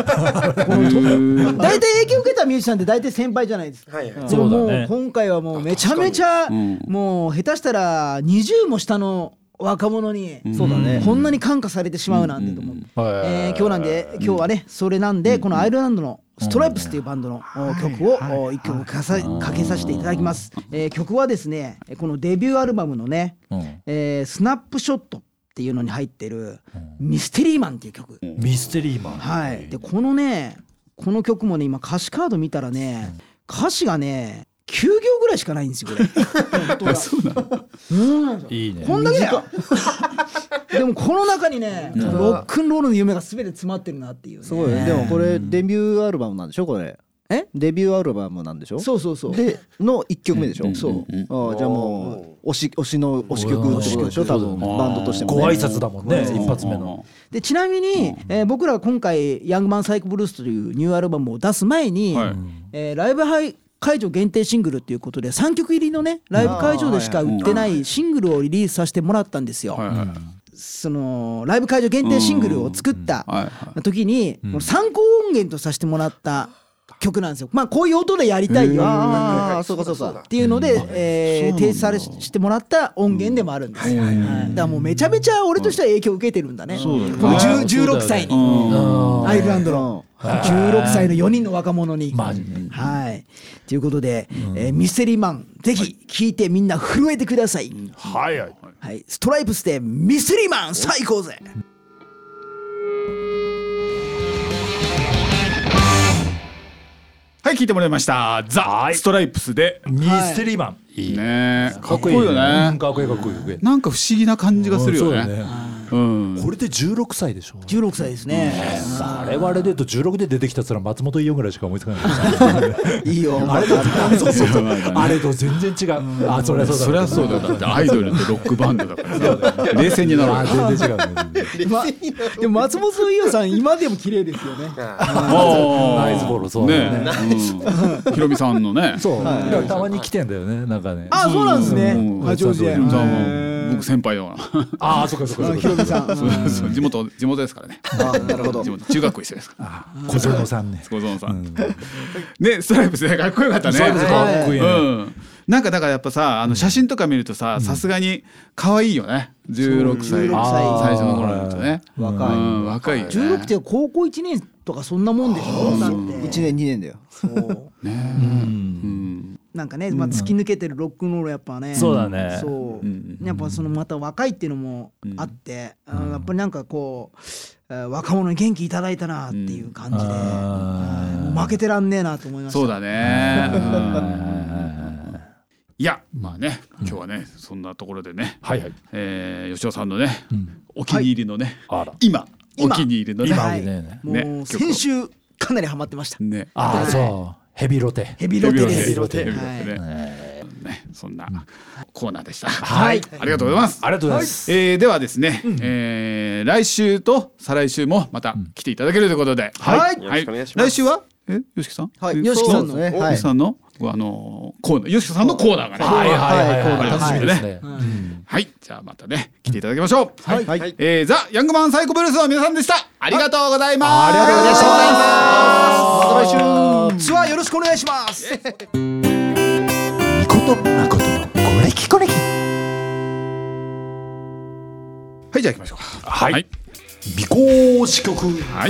大体影響を受けたミュージシャンって大体先輩じゃないですか。でももう今回はもうめちゃめちゃもう下手したらにじゅうも下の若者にそうだねこんなに感化されてしまうなんてと思う、えー、今日なんで今日はねそれなんでこのアイルランドのストライプスっていうバンドの曲を一曲かけさせていただきます、えー、曲はですねこのデビューアルバムのね、えー、スナップショットっていうのに入ってるミステリーマンっていう曲。 ミステリーマン、 はい。でこのねこの曲もね今歌詞カード見たらね歌詞がねきゅうぎょうぐらいしかないんですよこれ。 そうなの、 うん、 いいねこんだけだよ。でもこの中にねロックンロールの夢が全て詰まってるなっていう、ね、 すごい。でもこれデビューアルバムなんでしょこれ。えデビューアルバムなんでしょ。 そうそうそうでのいっきょくめでしょ、 うん、そう、 ああじゃあもう推し推しの推し曲ってことでしょ多分バンドとしても、 ね、ご挨拶だもんね一発目の。 でちなみに、えー、僕らが今回ヤングマンサイクブルースというニューアルバムを出す前に、はいえー、ライブハイ会場限定シングルっていうことでさんきょく入りのねライブ会場でしか売ってないシングルをリリースさせてもらったんですよ、はいはい、そのライブ会場限定シングルを作った時に参考音源とさせてもらった曲なんですよ。まあこういう音でやりたいよっていうので、えー、提出されしてもらった音源でもあるんですよ、はい、だからもうめちゃめちゃ俺としては影響を受けてるんだね、このじゅうろくさいにアイルランドのじゅうろくさいのよにんの若者に、はいということで、えー、ミステリーマンぜひ聴いてみんな震えてください、 はいはい、 はい、ストライプスでミステリーマン最高ぜ。 はい聞いてもらいましたザ・ストライプスでミステリーマン、はい、いいねかっこいいよね。 かっこいいかっこいいなんか不思議な感じがするよね。うん、 これでじゅうろくさいでしょ。 じゅうろくさいですね。 我々で言うとじゅうろくで出てきたつら松本伊代ぐらいしか思いつかないいいよあれとそうそうそうあれと全然違う。あそりゃそうだそりゃそうだ。だってアイドルとロックバンドだから冷静になる。 全然違うね。 ま、でも松本伊代さん今でも綺麗ですよね。 ナイスボールそうね。 ひろみさんのね。 そうたまに来てんだよねなんかね。 あそうなんですね。八王子で。 僕先輩だから。 ああそうかそうか。 ひろみさん。 そう地元地元ですからね。 あなるほど。 中学校一緒ですから。 小園さんね。 小園さん。ねストライプスねかっこよかったね。 かっこいいね。 なんかだからやっぱさあの写真とか見るとささすがに可愛いよね。じゅうろくさい最初の頃だとね。 若い若いよね。 じゅうろくって高校いちねんとかそんなもんでしょ。だっていちねんにねんだよ。 ね。 なんかね、まあ、突き抜けてるロックンロールやっぱね、 そうだね。 そう、やっぱそのまた若いっていうのもあって、うん、やっぱりなんかこう若者に元気いただいたなっていう感じで、うん、もう負けてらんねえなと思いました。 そうだね。いやまあね今日はねそんなところでね、はいはい、えー、吉尾さんのね、うん、お気に入りのね、はい、今お気に入りのね、 今はいね、もう先週かなりハマってましたね。 ああそうヘビロテヘビロテです。 ヘビロテね。そんなコーナーでした。はい、ありがとうございます。 ありがとうございます。 えー、ではですね、えー、来週と再来週もまた来ていただけるということで、 はい、よろしくお願いします。 来週はえよしきさん、 はい、よしきさんのね、 よしきさんのあのコーナー、よしきさんのコーナーがね、 はいはいはい、楽しみですね。 はい、じゃあまたね来ていただきましょう。 はい、はい、 えー、ザ・ヤングマンサイコブルースの皆さんでした。ありがとうございます。 ありがとうございます。また来週ツアーよろしくお願いします。 みことまことのこれきこれき。 はい、じゃあ行きましょうか。 はい、はいみこし曲。 はい、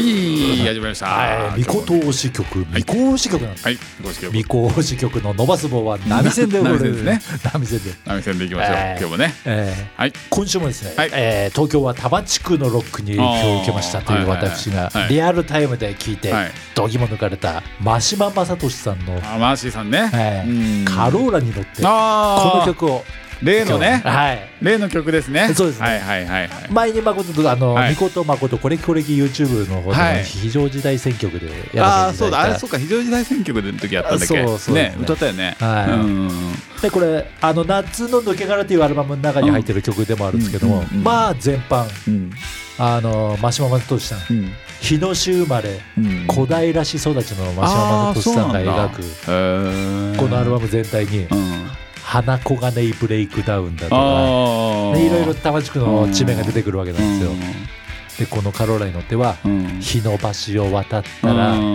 始まりました。 はい、みことし曲、みこし曲なんです。 はい、 みこし曲の伸ばす棒は波線で波線ですね。 波線で。 波線でいきましょう。今日もね。 はい。今週もですね、東京は多摩地区のロックに影響を受けましたという私がリアルタイムで聞いて度肝抜かれた真島正俊さんのマーシーさんね。 カローラに乗ってこの曲を。 例のね、 はい、 例の曲ですね。 そうですね。 はいはいはいはい。 前に誠とあの、はい、みことまことこれきこれき YouTube の方で、はい、非常時代選曲でやらせていただいた。あ、そうだ、あれそうか、非常時代選曲の時やったんだっけ。そうそうね、歌ったよね。はい。うん、 でこれあの夏の抜け殻というアルバムの中に入ってる曲でもあるんですけども、うん、まあ全般、うん、あの真島正俊さん、うん、日野市生まれ、うん、小平市育ちの真島正俊さんが描くこのアルバム全体に。うん花小金井ブレイクダウンだとかいろいろ多摩地区の地名が出てくるわけなんですよ。でこのカローラに乗っては、うん、日野橋を渡ったら、うん、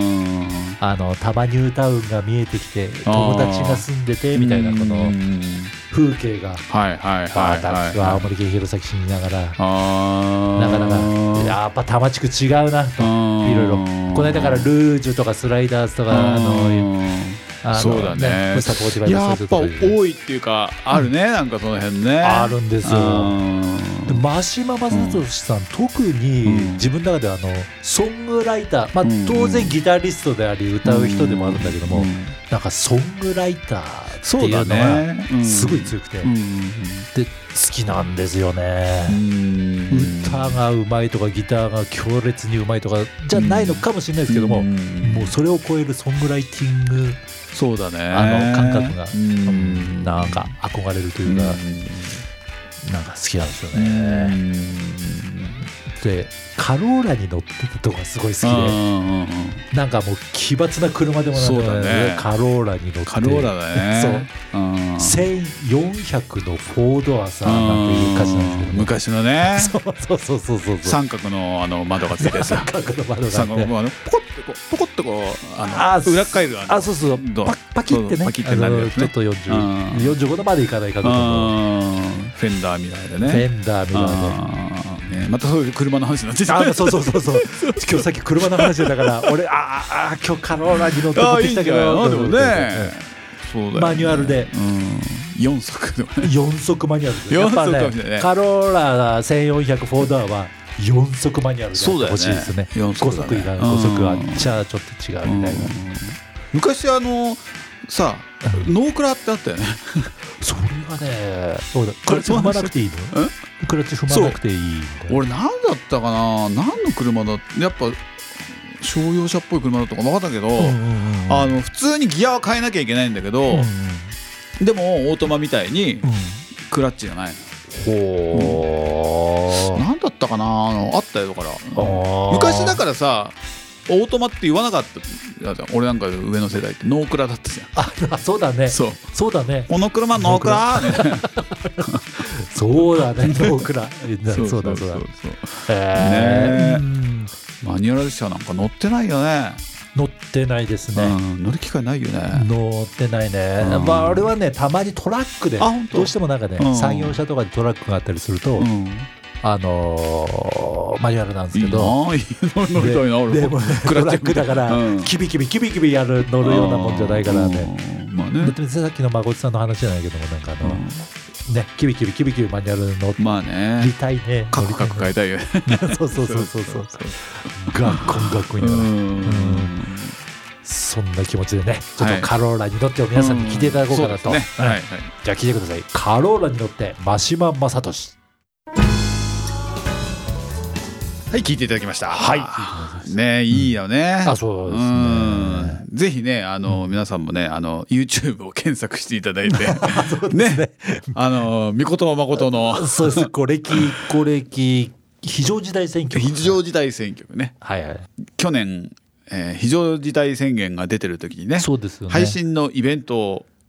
あの多摩ニュータウンが見えてきて友達が住んでてみたいなこの風景が私は青森県弘前市にいながらなかなかやっぱ多摩地区違うなといろいろこの間からルージュとかスライダーズとかあのそうだね。やっぱ多いっていうかあるね、なんかその辺ね。 あるんですよ。真島正俊さん、特に自分の中ではあのソングライター、まあ当然ギタリストであり歌う人でもあるんだけども、なんかソングライターっていうのがすごい強くて、で好きなんですよね。歌がうまいとかギターが強烈にうまいとかじゃないのかもしれないですけども、もうそれを超えるソングライティング。 そうだね。 あの感覚がなんか憧れるというか、なんか好きなんですよね。でカローラに乗ってたとこがすごい好きで、なんかもう奇抜な車でもなんでもないカローラに乗ってカローラだね。 そうせんよんひゃくのフォードアさなんていう歌詞なんですけど、 昔のね。 そうそうそうそうそう三角のあの窓がついてさ、 三角の窓があってポコッてこうポコッてこうあの裏返るあのあそうそうパキってね、 パキってなるやつね。 ちょっとよんじゅう、よんじゅうごどまでいかない角度のフェンダーみたいでね。 フェンダーみたいで。 ね、またそういう車の話になってきた。 あ、そうそうそうそう。今日さっき車の話だから俺ああ今日カローラに乗って持ってきたけど、 でもね、そうだよね。 マニュアルでよん速でもね。 よん速マニュアルで。やっぱね、カローラせんよんひゃくフォードアはよん速マニュアルで欲しいですね。ご速以外のご速はじゃあちょっと違うみたいな。 昔あのさ、ノークラってあったよね。 それがね、クラッチ踏まなくていいの？クラッチ踏まなくていいんだよ。 俺何だったかな、何の車だ、やっぱ商用車っぽい車だったか分かったけど、あの普通にギアは変えなきゃいけないんだけど、でもオートマみたいにクラッチがないの。ほー、何だったかな、あのあったよ。だから昔だからさ、オートマって言わなかった。俺なんか上の世代ってノークラだったじゃん。 あ、そうだね。 そうそうだね。 この車ノークラそうだね、ノークラ。そうだそうだ。 ええ。マニュアル車なんか乗ってないよね。 乗ってないですね。 乗る機会ないよね。 乗ってないね。まああれはね、たまにトラックでどうしてもなんかね、作業車とかでトラックがあったりすると。あのー、マニュアルなんですけど、 いいな、乗りたいな、俺。 でもね、トラックだから、うん、キビキビキビキビやる乗るようなもんじゃないからね。まあね。だってさっきの誠さんの話じゃないけども、なんかあの、うん、ね、キビキビキビキビマニュアル乗まあね、 りたいね。 カクカク変えたいよね。 そうそうそうそうそう。ガッコンガッコン言いながら。うん。そんな気持ちでね、ちょっとカローラに乗ってを皆さんに聞いていただこうかなと。はい。じゃあ聞いてください。カローラに乗って真島正俊。 はい、聞いていただきました。 はい。 ね、いいよね。 あ、そうですね。 ぜひね、あの皆さんもね、あの YouTube を検索していただいて、ね、あのみことまことの、 そうです。これきこれき非常事態宣言。 非常事態宣言ね。 はいはい。 去年、えー、非常事態宣言が出てる時にね、 そうですよね。 配信のイベントを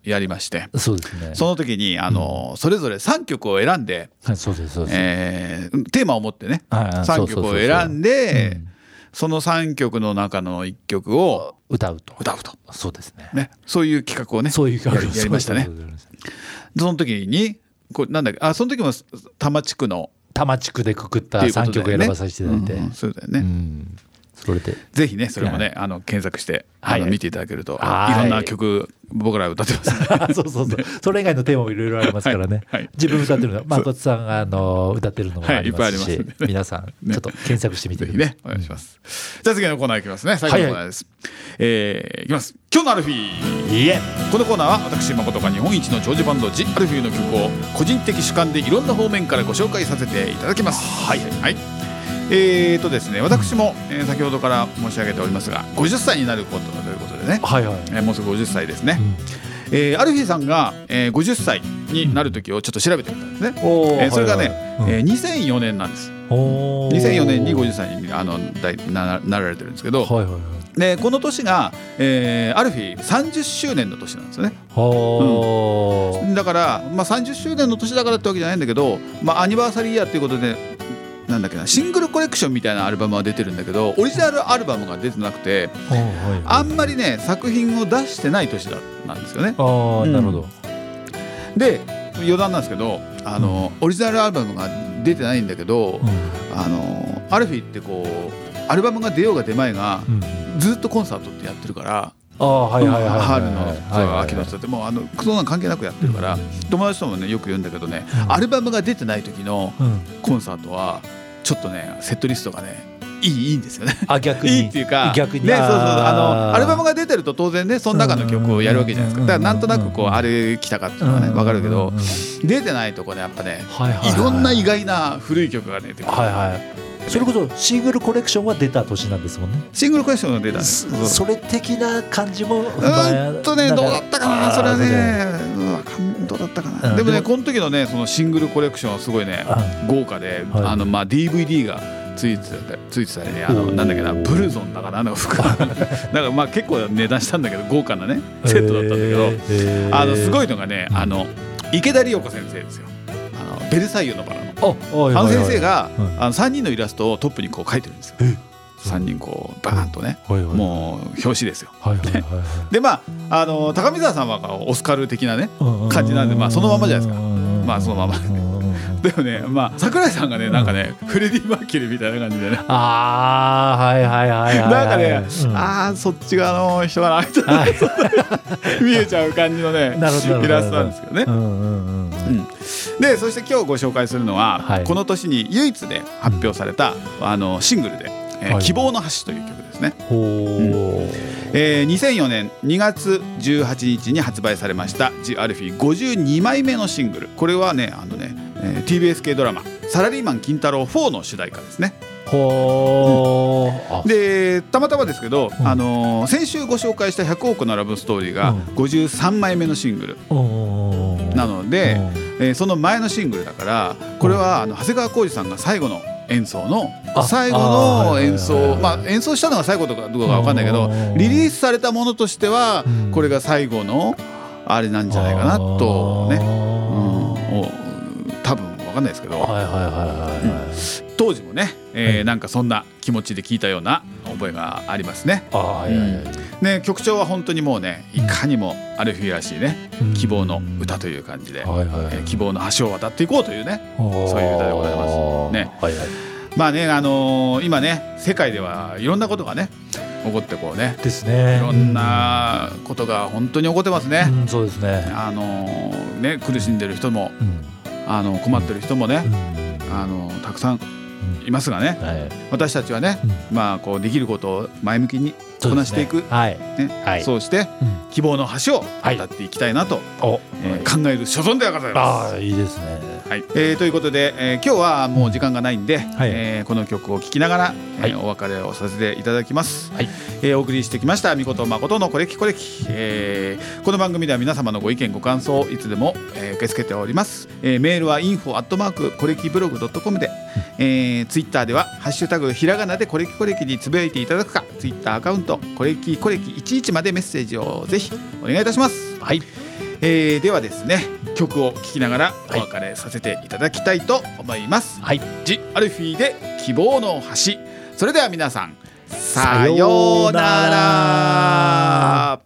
やりまして、 そうですね、 その時にあの、うん、それぞれさんきょくを選んで、 はい、そうですそうです、 えー、テーマを持ってね、はい、さんきょくを選んで、そのさんきょくの中のいっきょくを歌うと歌うと、 そうですね、 ね、そういう企画をね、 そういう企画やりましたね。その時にこれなんだっけ、あ、その時も多摩地区の多摩地区でくくったさんきょく選ばさせていただいて、 うんうん、そうだよね、うん、 それでぜひねそれもね、はい、あの検索して、はい、あの見ていただけると、はい、いろんな曲僕ら歌ってます、 ね、そうそうそう、それ以外のテーマもいろいろありますからね、はいはい、自分歌ってるの誠さんがあの歌ってるのもありますし、はい、いっぱいありますね、皆さんちょっと検索してみてください、 ね、お願いします、うん、じゃあ次のコーナーいきますね。最後のコーナーです、はいはい、えー、いきます。今日のアルフィー。 いえ、 このコーナーは私誠が日本一の長寿バンドジ・アルフィーの曲を個人的主観でいろんな方面からご紹介させていただきます。はいはい、はい、えーとですね、私も、えー、先ほどから申し上げておりますがごじゅっさいになることということでね、はいはい、えー、もうすぐごじゅっさいですね、うん、えー、アルフィーさんが、えー、ごじゅっさいになる時をちょっと調べてみたんですね、うん、えー、それがね、はいはい、えー、にせんよねんなんです。にせんよねんにごじゅっさいにあのな, なられてるんですけど、はいはいはい、でこの年が、えー、アルフィーさんじゅっしゅうねんの年なんですよね、うん、だから、まあ、さんじゅっしゅうねんの年だからってわけじゃないんだけど、まあ、アニバーサリーイヤーということでなんだっけな、シングルコレクションみたいなアルバムは出てるんだけどオリジナルアルバムが出てなくて、はいはい、あんまりね作品を出してない年だなんですよね。 あ、うん、なるほど。 で余談なんですけどあの、うん、オリジナルアルバムが出てないんだけど、うん、あのアルフィーってこうアルバムが出ようが出まいが、うん、ずっとコンサートってやってるから、あ、はいはいはいはい、春のツアー、秋のツアーってもうあのそんな関係なくやってるから、うん、友達ともねよく言うんだけどね、うん、アルバムが出てない時のコンサートはちょっとねセットリストがねいい、いいんですよね。 あ、逆にいいっていうか、 逆にね、そうそう、あのアルバムが出てると当然ねその中の曲をやるわけじゃないですか。だからなんとなくこうあれ来たかっていうのはね分かるけど、出てないとこねやっぱね、はいはいはい、いろんな意外な古い曲が出てくる、はいはい、 それこそシングルコレクションは出た年なんですもんね。 シングルコレクションが出た、 それ的な感じもうんとね、どうだったかな、それはね、どうだったかな、うん、でもねこの時のねそのシングルコレクションはすごいね豪華で、はい、あのまあ ディーブイディー がついてたついてたりね、あのなんだっけな、ブルゾンだからなんだか服だからまあ結構値段したんだけど豪華なねセットだったんだけど、えー、あのすごいのがね、あの池田理代子先生ですよ。あのベルサイユのバラのあの先生が、あのさんにんのイラストをトップにこう描いてるんですよ。さんにんこうバーンとね、はいはいはい、もう表紙ですよ。はいはいはいはい、でまああの高見沢さんはオスカル的なね感じなんで、まあそのままじゃないですか。まあそのままでもね、まあ桜井さんがねなんかね、うん、フレディ・マーキュリーみたいな感じでね、 ああはいはいはいはい、 なんかね、うん、ああそっち側の人がなみたいな、はい、見えちゃう感じのねイラストなんですけどね。うんうんうんうん、でそして今日ご紹介するのは、はい、この年に唯一で発表された、うん、あのシングルで、えーはい、希望の橋という曲ですね。ほー、うん、えー、にせんよねんにがつじゅうはちにちに発売されましたジ・アルフィーごじゅうにまいめのシングル。これはねあのね、えー、ティービーエス 系ドラマサラリーマン金太郎フォーの主題歌ですね。ほー、うん、でたまたまですけど、うん、あのー、先週ご紹介したひゃくおくのラブストーリーがごじゅうさんまいめのシングル、うん、なので、えー、その前のシングルだからこれはあの長谷川浩二さんが最後の演奏の最後の演奏、まあ演奏したのが最後とかどうか分かんないけどリリースされたものとしてはこれが最後のあれなんじゃないかなとね、うん、多分分かんないですけど、当時もね、えー、なんかそんな気持ちで聴いたような覚えがありますね。あ、うん、ね、曲調は本当にもうねいかにもアルフィーらしいね、うん、希望の歌という感じで、はいはいはい、えー、希望の橋を渡っていこうというね、そういう歌でございますね。はいはい、まあね、あのー、今ね世界ではいろんなことがね起こってこうねですね、 いろんなことが本当に起こってますね。 うん、そうですね。 あのー、ね苦しんでる人も、うん、あの困ってる人もね、うん、あのー、たくさんいますがね、はい、私たちはね、うん、まあこうできることを前向きにこなしていく、そうですね、はいね、はい、そうして、うん、希望の橋を渡っていきたいなと、はい、えー、考える所存ではございます。 あ、いいですね。 はい、えー、ということで、えー、今日はもう時間がないんで、うん、はい、えー、この曲を聴きながら、はい、えー、お別れをさせていただきます。はい、えー、お送りしてきましたみことまことのこれきこれき、えー、この番組では皆様のご意見ご感想いつでも、えー、受け付けております。えー、メールは インフォ アットマーク コレキブログ ドットコム で、えー、ツイッターではハッシュタグひらがなでこれきこれきにつぶやいていただくか、ツイッターアカウントこれきこれきいちいちまでメッセージをぜひお願いいたします。はい、 えー、ではですね曲を聴きながらお別れさせていただきたいと思います、 はい、 ジ・アルフィーで希望の橋。それでは皆さんさようなら。